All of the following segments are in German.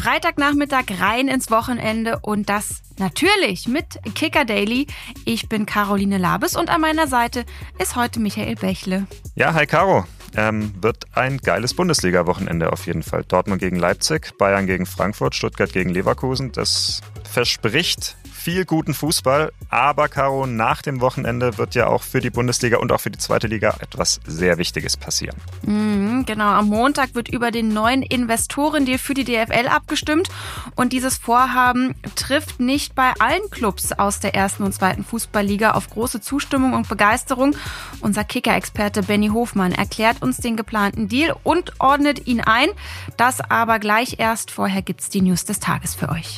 Freitagnachmittag rein ins Wochenende und das natürlich mit Kicker Daily. Ich bin Caroline Labes und an meiner Seite ist heute Michael Bächle. Ja, hi Caro. Wird ein geiles Bundesliga-Wochenende auf jeden Fall. Dortmund gegen Leipzig, Bayern gegen Frankfurt, Stuttgart gegen Leverkusen. Das verspricht viel guten Fußball. Aber Caro, nach dem Wochenende wird ja auch für die Bundesliga und auch für die zweite Liga etwas sehr Wichtiges passieren. Genau, am Montag wird über den neuen Investorendeal für die DFL abgestimmt. Und dieses Vorhaben trifft nicht bei allen Clubs aus der ersten und zweiten Fußballliga auf große Zustimmung und Begeisterung. Unser Kicker-Experte Benny Hofmann erklärt uns den geplanten Deal und ordnet ihn ein. Das aber gleich erst. Vorher gibt's die News des Tages für euch.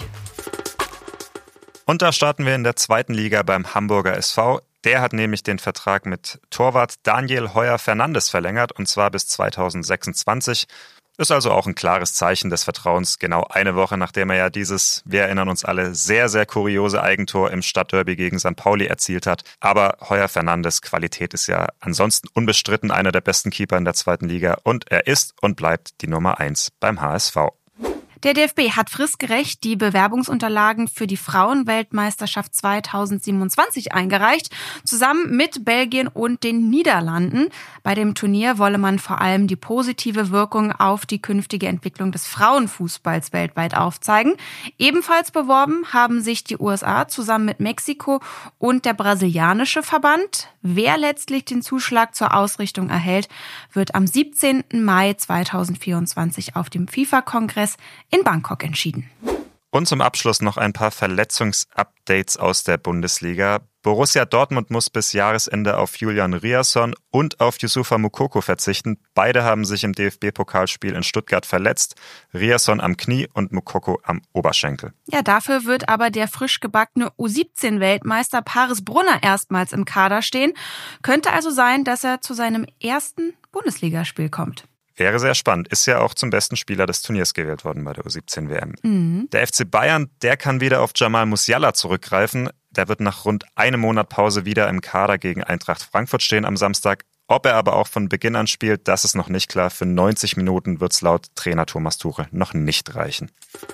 Und da starten wir in der zweiten Liga beim Hamburger SV. Der hat nämlich den Vertrag mit Torwart Daniel Heuer-Fernandes verlängert, und zwar bis 2026. Ist also auch ein klares Zeichen des Vertrauens, genau eine Woche nachdem er ja dieses, wir erinnern uns alle, sehr, sehr kuriose Eigentor im Stadtderby gegen St. Pauli erzielt hat. Aber Heuer-Fernandes' Qualität ist ja ansonsten unbestritten einer der besten Keeper in der zweiten Liga und er ist und bleibt die Nummer 1 beim HSV. Der DFB hat fristgerecht die Bewerbungsunterlagen für die Frauenweltmeisterschaft 2027 eingereicht, zusammen mit Belgien und den Niederlanden. Bei dem Turnier wolle man vor allem die positive Wirkung auf die künftige Entwicklung des Frauenfußballs weltweit aufzeigen. Ebenfalls beworben haben sich die USA zusammen mit Mexiko und der brasilianische Verband. Wer letztlich den Zuschlag zur Ausrichtung erhält, wird am 17. Mai 2024 auf dem FIFA-Kongress in Bangkok entschieden. Und zum Abschluss noch ein paar Verletzungsupdates aus der Bundesliga. Borussia Dortmund muss bis Jahresende auf Julian Riasson und auf Youssoufa Moukoko verzichten. Beide haben sich im DFB-Pokalspiel in Stuttgart verletzt. Riasson am Knie und Moukoko am Oberschenkel. Ja, dafür wird aber der frisch gebackene U17-Weltmeister Paris Brunner erstmals im Kader stehen. Könnte also sein, dass er zu seinem ersten Bundesligaspiel kommt. Wäre sehr spannend. Ist ja auch zum besten Spieler des Turniers gewählt worden bei der U17-WM. Der FC Bayern, der kann wieder auf Jamal Musiala zurückgreifen. Der wird nach rund einem Monat Pause wieder im Kader gegen Eintracht Frankfurt stehen am Samstag. Ob er aber auch von Beginn an spielt, das ist noch nicht klar. Für 90 Minuten wird es laut Trainer Thomas Tuchel noch nicht reichen.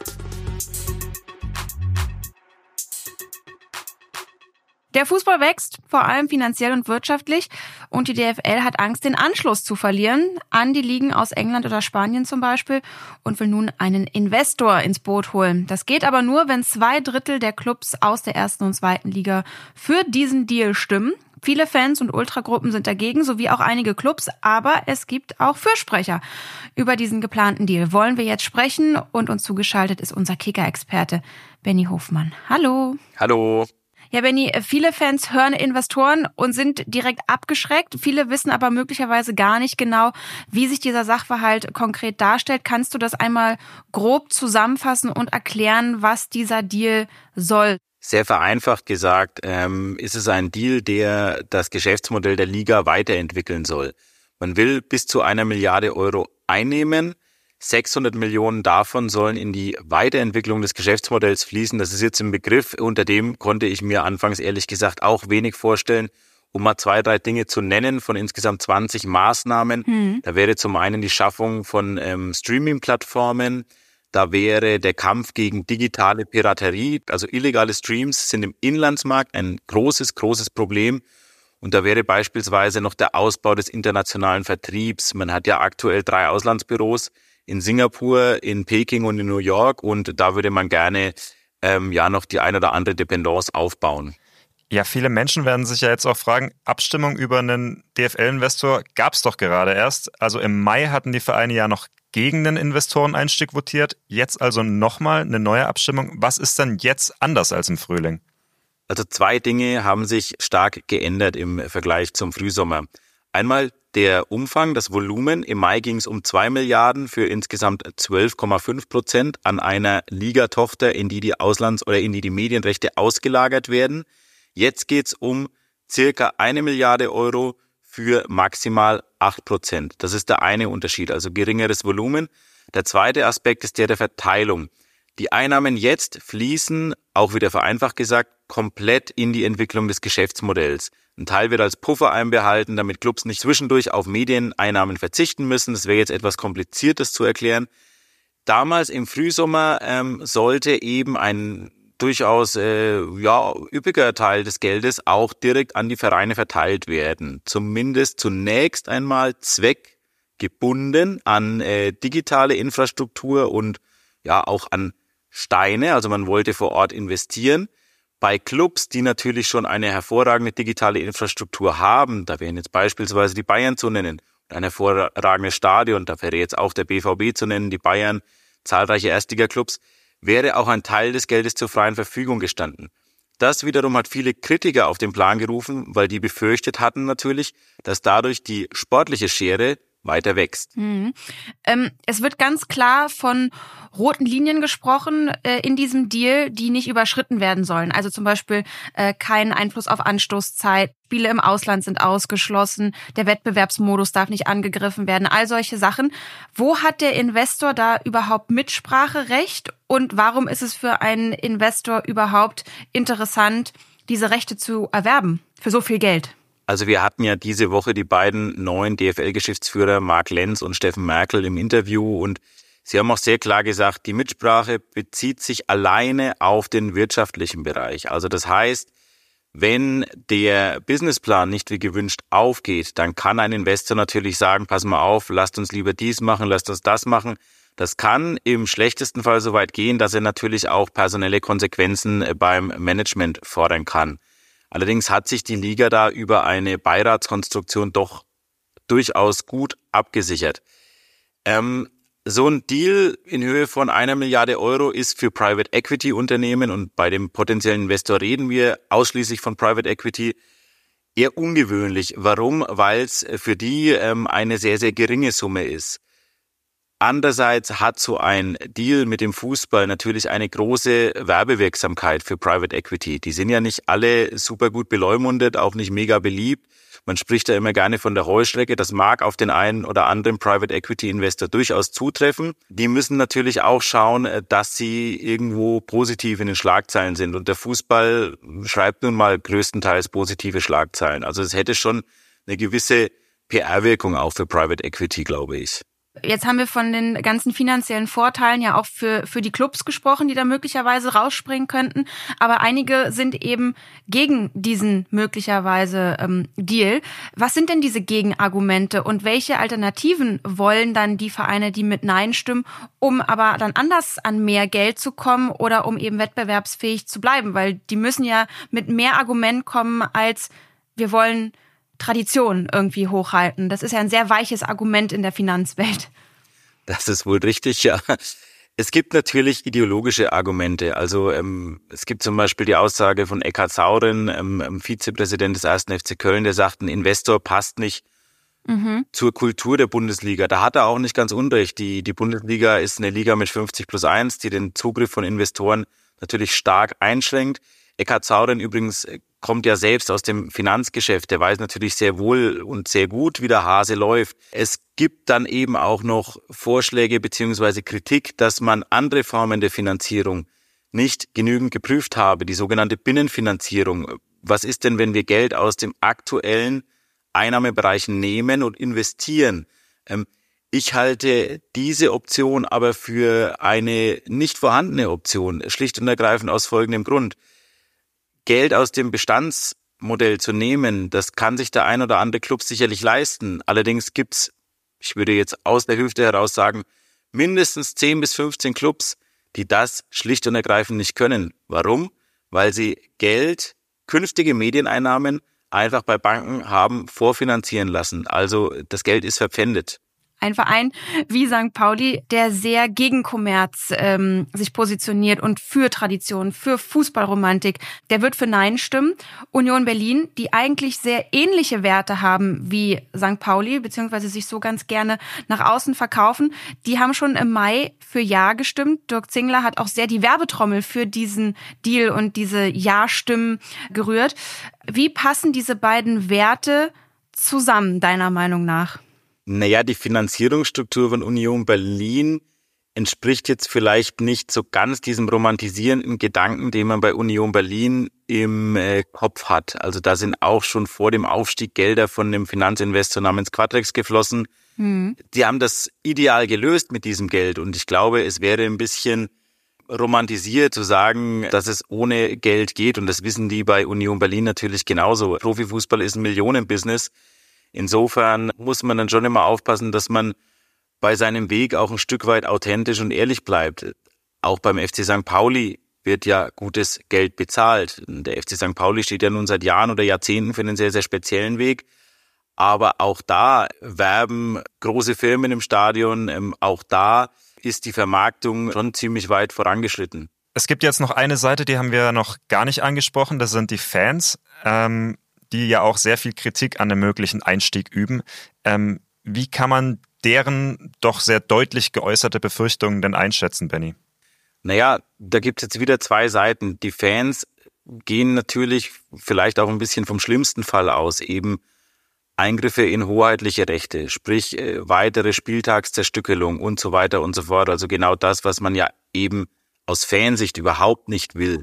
Der Fußball wächst, vor allem finanziell und wirtschaftlich. Und die DFL hat Angst, den Anschluss zu verlieren an die Ligen aus England oder Spanien zum Beispiel und will nun einen Investor ins Boot holen. Das geht aber nur, wenn 2/3 der Clubs aus der ersten und zweiten Liga für diesen Deal stimmen. Viele Fans und Ultragruppen sind dagegen, sowie auch einige Clubs, aber es gibt auch Fürsprecher. Über diesen geplanten Deal wollen wir jetzt sprechen und uns zugeschaltet ist unser Kicker-Experte Benny Hofmann. Hallo. Hallo. Ja, Benny, viele Fans hören Investoren und sind direkt abgeschreckt. Viele wissen aber möglicherweise gar nicht genau, wie sich dieser Sachverhalt konkret darstellt. Kannst du das einmal grob zusammenfassen und erklären, was dieser Deal soll? Sehr vereinfacht gesagt, ist es ein Deal, der das Geschäftsmodell der Liga weiterentwickeln soll. Man will bis zu 1 Milliarde Euro einnehmen. 600 Millionen davon sollen in die Weiterentwicklung des Geschäftsmodells fließen. Das ist jetzt ein Begriff, unter dem konnte ich mir anfangs ehrlich gesagt auch wenig vorstellen. Um mal 2, 3 Dinge zu nennen von insgesamt 20 Maßnahmen. Da wäre zum einen die Schaffung von Streaming-Plattformen. Da wäre der Kampf gegen digitale Piraterie. Also illegale Streams sind im Inlandsmarkt ein großes Problem. Und da wäre beispielsweise noch der Ausbau des internationalen Vertriebs. Man hat ja aktuell 3 Auslandsbüros in Singapur, in Peking und in New York und da würde man gerne noch die ein oder andere Dependance aufbauen. Ja, viele Menschen werden sich ja jetzt auch fragen, Abstimmung über einen DFL-Investor gab es doch gerade erst. Also im Mai hatten die Vereine ja noch gegen den Investoreneinstieg votiert. Jetzt also nochmal eine neue Abstimmung. Was ist denn jetzt anders als im Frühling? Also 2 Dinge haben sich stark geändert im Vergleich zum Frühsommer. Einmal der Umfang, das Volumen. Im Mai ging es um 2 Milliarden für insgesamt 12,5% an einer Ligatochter, in die die Medienrechte ausgelagert werden. Jetzt geht es um circa 1 Milliarde Euro für maximal 8%. Das ist der eine Unterschied, also geringeres Volumen. Der zweite Aspekt ist der Verteilung. Die Einnahmen jetzt fließen, auch wieder vereinfacht gesagt, komplett in die Entwicklung des Geschäftsmodells. Ein Teil wird als Puffer einbehalten, damit Clubs nicht zwischendurch auf Medieneinnahmen verzichten müssen. Das wäre jetzt etwas kompliziertes zu erklären. Damals im Frühsommer sollte eben ein durchaus üppiger Teil des Geldes auch direkt an die Vereine verteilt werden. Zumindest zunächst einmal zweckgebunden an digitale Infrastruktur und ja auch an Steine. Also man wollte vor Ort investieren. Bei Clubs, die natürlich schon eine hervorragende digitale Infrastruktur haben, da wären jetzt beispielsweise die Bayern zu nennen, ein hervorragendes Stadion, da wäre jetzt auch der BVB zu nennen, die Bayern, zahlreiche Erstliga-Clubs, wäre auch ein Teil des Geldes zur freien Verfügung gestanden. Das wiederum hat viele Kritiker auf den Plan gerufen, weil die befürchtet hatten natürlich, dass dadurch die sportliche Schere weiter wächst. Es wird ganz klar von roten Linien gesprochen in diesem Deal, die nicht überschritten werden sollen. Also zum Beispiel kein Einfluss auf Anstoßzeit, Spiele im Ausland sind ausgeschlossen, der Wettbewerbsmodus darf nicht angegriffen werden, all solche Sachen. Wo hat der Investor da überhaupt Mitspracherecht und warum ist es für einen Investor überhaupt interessant, diese Rechte zu erwerben für so viel Geld? Also wir hatten ja diese Woche die beiden neuen DFL-Geschäftsführer Marc Lenz und Steffen Merkel im Interview und sie haben auch sehr klar gesagt, die Mitsprache bezieht sich alleine auf den wirtschaftlichen Bereich. Also das heißt, wenn der Businessplan nicht wie gewünscht aufgeht, dann kann ein Investor natürlich sagen, pass mal auf, lasst uns lieber dies machen, lasst uns das machen. Das kann im schlechtesten Fall so weit gehen, dass er natürlich auch personelle Konsequenzen beim Management fordern kann. Allerdings hat sich die Liga da über eine Beiratskonstruktion doch durchaus gut abgesichert. So ein Deal in Höhe von 1 Milliarde Euro ist für Private Equity Unternehmen, und bei dem potenziellen Investor reden wir ausschließlich von Private Equity, eher ungewöhnlich. Warum? Weil es für die eine sehr, sehr geringe Summe ist. Andererseits hat so ein Deal mit dem Fußball natürlich eine große Werbewirksamkeit für Private Equity. Die sind ja nicht alle super gut beleumundet, auch nicht mega beliebt. Man spricht da immer gerne von der Heuschrecke. Das mag auf den einen oder anderen Private Equity Investor durchaus zutreffen. Die müssen natürlich auch schauen, dass sie irgendwo positiv in den Schlagzeilen sind. Und der Fußball schreibt nun mal größtenteils positive Schlagzeilen. Also es hätte schon eine gewisse PR-Wirkung auch für Private Equity, glaube ich. Jetzt haben wir von den ganzen finanziellen Vorteilen ja auch für die Clubs gesprochen, die da möglicherweise rausspringen könnten. Aber einige sind eben gegen diesen möglicherweise Deal. Was sind denn diese Gegenargumente und welche Alternativen wollen dann die Vereine, die mit Nein stimmen, um aber dann anders an mehr Geld zu kommen oder um eben wettbewerbsfähig zu bleiben? Weil die müssen ja mit mehr Argument kommen als wir wollen Tradition irgendwie hochhalten. Das ist ja ein sehr weiches Argument in der Finanzwelt. Das ist wohl richtig, ja. Es gibt natürlich ideologische Argumente. Also es gibt zum Beispiel die Aussage von Eckhard Sauren, Vizepräsident des 1. FC Köln, der sagt, ein Investor passt nicht zur Kultur der Bundesliga. Da hat er auch nicht ganz unrecht. Die Bundesliga ist eine Liga mit 50+1, die den Zugriff von Investoren natürlich stark einschränkt. Eckhard Sauren übrigens kommt ja selbst aus dem Finanzgeschäft. Der weiß natürlich sehr wohl und sehr gut, wie der Hase läuft. Es gibt dann eben auch noch Vorschläge bzw. Kritik, dass man andere Formen der Finanzierung nicht genügend geprüft habe. Die sogenannte Binnenfinanzierung. Was ist denn, wenn wir Geld aus dem aktuellen Einnahmebereich nehmen und investieren? Ich halte diese Option aber für eine nicht vorhandene Option, schlicht und ergreifend aus folgendem Grund. Geld aus dem Bestandsmodell zu nehmen, das kann sich der ein oder andere Club sicherlich leisten. Allerdings gibt's, ich würde jetzt aus der Hüfte heraus sagen, mindestens 10 bis 15 Clubs, die das schlicht und ergreifend nicht können. Warum? Weil sie Geld, künftige Medieneinnahmen einfach bei Banken haben vorfinanzieren lassen. Also das Geld ist verpfändet. Ein Verein wie St. Pauli, der sehr gegen Kommerz sich positioniert und für Tradition, für Fußballromantik, der wird für Nein stimmen. Union Berlin, die eigentlich sehr ähnliche Werte haben wie St. Pauli, beziehungsweise sich so ganz gerne nach außen verkaufen, die haben schon im Mai für Ja gestimmt. Dirk Zingler hat auch sehr die Werbetrommel für diesen Deal und diese Ja-Stimmen gerührt. Wie passen diese beiden Werte zusammen, deiner Meinung nach? Naja, die Finanzierungsstruktur von Union Berlin entspricht jetzt vielleicht nicht so ganz diesem romantisierenden Gedanken, den man bei Union Berlin im Kopf hat. Also da sind auch schon vor dem Aufstieg Gelder von einem Finanzinvestor namens Quadrex geflossen. Die haben das ideal gelöst mit diesem Geld und ich glaube, es wäre ein bisschen romantisiert zu sagen, dass es ohne Geld geht und das wissen die bei Union Berlin natürlich genauso. Profifußball ist ein Millionenbusiness. Insofern muss man dann schon immer aufpassen, dass man bei seinem Weg auch ein Stück weit authentisch und ehrlich bleibt. Auch beim FC St. Pauli wird ja gutes Geld bezahlt. Der FC St. Pauli steht ja nun seit Jahren oder Jahrzehnten für einen sehr, sehr speziellen Weg. Aber auch da werben große Firmen im Stadion. Auch da ist die Vermarktung schon ziemlich weit vorangeschritten. Es gibt jetzt noch eine Seite, die haben wir noch gar nicht angesprochen. Das sind die Fans, die ja auch sehr viel Kritik an dem möglichen Einstieg üben. Wie kann man deren doch sehr deutlich geäußerte Befürchtungen denn einschätzen, Benny? Naja, da gibt's jetzt wieder zwei Seiten. Die Fans gehen natürlich vielleicht auch ein bisschen vom schlimmsten Fall aus, eben Eingriffe in hoheitliche Rechte, sprich weitere Spieltagszerstückelung und so weiter und so fort. Also genau das, was man ja eben aus Fansicht überhaupt nicht will.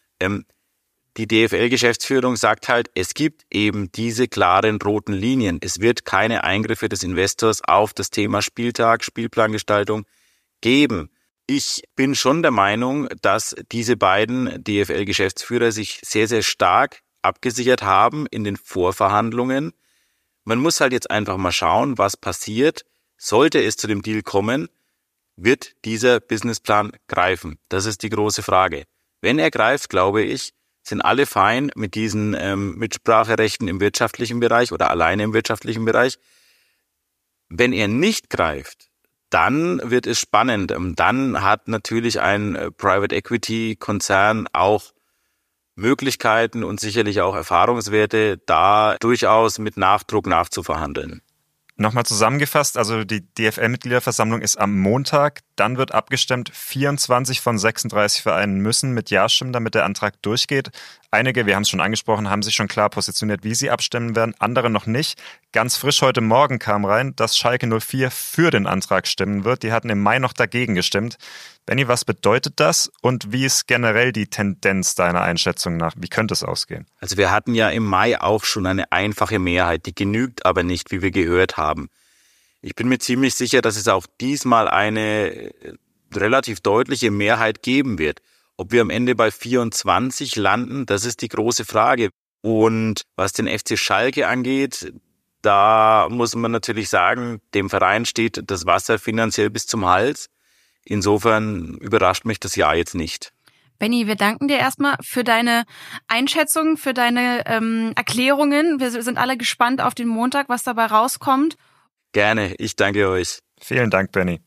Die DFL-Geschäftsführung sagt halt, es gibt eben diese klaren roten Linien. Es wird keine Eingriffe des Investors auf das Thema Spieltag, Spielplangestaltung geben. Ich bin schon der Meinung, dass diese beiden DFL-Geschäftsführer sich sehr, sehr stark abgesichert haben in den Vorverhandlungen. Man muss halt jetzt einfach mal schauen, was passiert. Sollte es zu dem Deal kommen, wird dieser Businessplan greifen? Das ist die große Frage. Wenn er greift, glaube ich, sind alle fein mit diesen Mitspracherechten im wirtschaftlichen Bereich oder alleine im wirtschaftlichen Bereich. Wenn er nicht greift, dann wird es spannend. Dann hat natürlich ein Private Equity Konzern auch Möglichkeiten und sicherlich auch Erfahrungswerte, da durchaus mit Nachdruck nachzuverhandeln. Nochmal zusammengefasst, also die DFL-Mitgliederversammlung ist am Montag, dann wird abgestimmt, 24 von 36 Vereinen müssen mit Ja stimmen, damit der Antrag durchgeht. Einige, wir haben es schon angesprochen, haben sich schon klar positioniert, wie sie abstimmen werden, andere noch nicht. Ganz frisch heute Morgen kam rein, dass Schalke 04 für den Antrag stimmen wird. Die hatten im Mai noch dagegen gestimmt. Benni, was bedeutet das und wie ist generell die Tendenz deiner Einschätzung nach? Wie könnte es ausgehen? Also wir hatten ja im Mai auch schon eine einfache Mehrheit, die genügt aber nicht, wie wir gehört haben. Ich bin mir ziemlich sicher, dass es auch diesmal eine relativ deutliche Mehrheit geben wird. Ob wir am Ende bei 24 landen, das ist die große Frage. Und was den FC Schalke angeht, da muss man natürlich sagen, dem Verein steht das Wasser finanziell bis zum Hals. Insofern überrascht mich das Jahr jetzt nicht. Benni, wir danken dir erstmal für deine Einschätzung, für deine Erklärungen. Wir sind alle gespannt auf den Montag, was dabei rauskommt. Gerne, ich danke euch. Vielen Dank, Benni.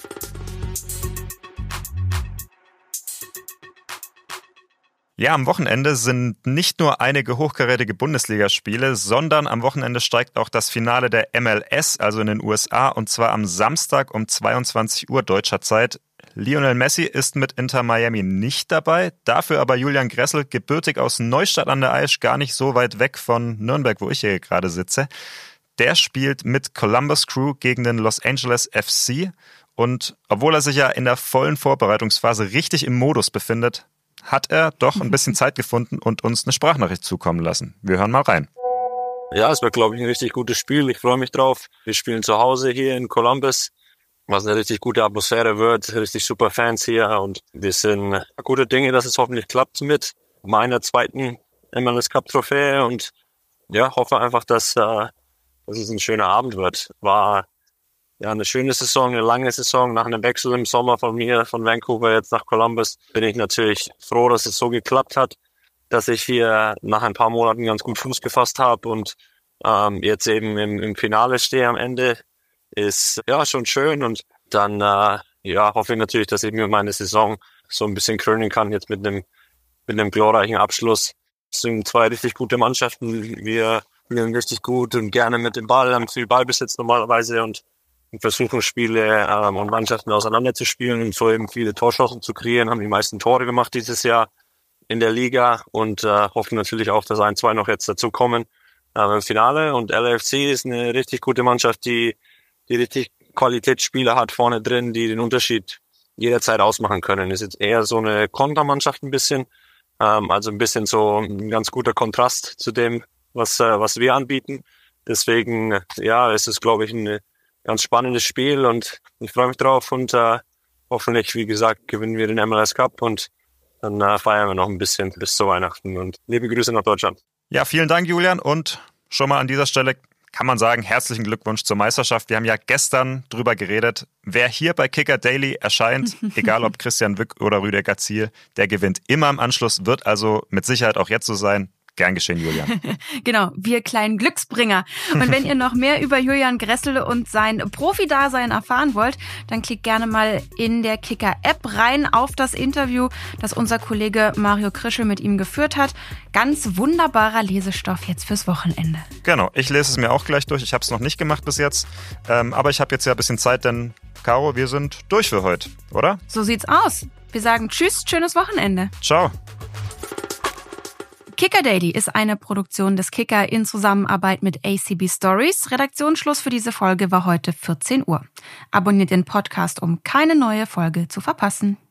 Ja, am Wochenende sind nicht nur einige hochkarätige Bundesligaspiele, sondern am Wochenende steigt auch das Finale der MLS, also in den USA, und zwar am Samstag um 22 Uhr deutscher Zeit. Lionel Messi ist mit Inter Miami nicht dabei, dafür aber Julian Gressel, gebürtig aus Neustadt an der Aisch, gar nicht so weit weg von Nürnberg, wo ich hier gerade sitze. Der spielt mit Columbus Crew gegen den Los Angeles FC und obwohl er sich ja in der vollen Vorbereitungsphase richtig im Modus befindet, hat er doch ein bisschen Zeit gefunden und uns eine Sprachnachricht zukommen lassen. Wir hören mal rein. Ja, es wird, glaube ich, ein richtig gutes Spiel. Ich freue mich drauf. Wir spielen zu Hause hier in Columbus, was eine richtig gute Atmosphäre wird. Richtig super Fans hier und wir sind gute Dinge, dass es hoffentlich klappt mit meiner zweiten MLS Cup Trophäe und ja, hoffe einfach, dass es ein schöner Abend wird. War ja eine schöne Saison, eine lange Saison. Nach einem Wechsel im Sommer von mir, von Vancouver jetzt nach Columbus, bin ich natürlich froh, dass es so geklappt hat, dass ich hier nach ein paar Monaten ganz gut Fuß gefasst habe und jetzt eben im Finale stehe am Ende. Ist ja schon schön und dann hoffe ich natürlich, dass ich mir meine Saison so ein bisschen krönen kann jetzt mit einem glorreichen Abschluss. Es sind zwei richtig gute Mannschaften. Wir spielen richtig gut und gerne mit dem Ball, haben viel Ballbesitz normalerweise und versuchen Spiele und Mannschaften auseinanderzuspielen und so eben viele Torchancen zu kreieren, haben die meisten Tore gemacht dieses Jahr in der Liga und hoffen natürlich auch, dass 1, 2 noch jetzt dazu kommen im Finale. Und LAFC ist eine richtig gute Mannschaft, die richtig Qualitätsspieler hat vorne drin, die den Unterschied jederzeit ausmachen können. Ist jetzt eher so eine Kontermannschaft ein bisschen, also ein bisschen so ein ganz guter Kontrast zu dem, was wir anbieten. Deswegen, ja, es ist, glaube ich, eine ganz spannendes Spiel und ich freue mich drauf und hoffentlich, wie gesagt, gewinnen wir den MLS Cup und dann feiern wir noch ein bisschen bis zu Weihnachten und liebe Grüße nach Deutschland. Ja, vielen Dank, Julian, und schon mal an dieser Stelle kann man sagen, herzlichen Glückwunsch zur Meisterschaft. Wir haben ja gestern drüber geredet, wer hier bei Kicker Daily erscheint, egal ob Christian Wück oder Rüdiger Ziel, der gewinnt immer im Anschluss, wird also mit Sicherheit auch jetzt so sein. Gern geschehen, Julian. Genau, wir kleinen Glücksbringer. Und wenn ihr noch mehr über Julian Gressel und sein Profi-Dasein erfahren wollt, dann klickt gerne mal in der Kicker-App rein auf das Interview, das unser Kollege Mario Krischel mit ihm geführt hat. Ganz wunderbarer Lesestoff jetzt fürs Wochenende. Genau, ich lese es mir auch gleich durch. Ich habe es noch nicht gemacht bis jetzt, aber ich habe jetzt ja ein bisschen Zeit, denn Caro, wir sind durch für heute, oder? So sieht's aus. Wir sagen Tschüss, schönes Wochenende. Ciao. Kicker Daily ist eine Produktion des Kicker in Zusammenarbeit mit ACB Stories. Redaktionsschluss für diese Folge war heute 14 Uhr. Abonniert den Podcast, um keine neue Folge zu verpassen.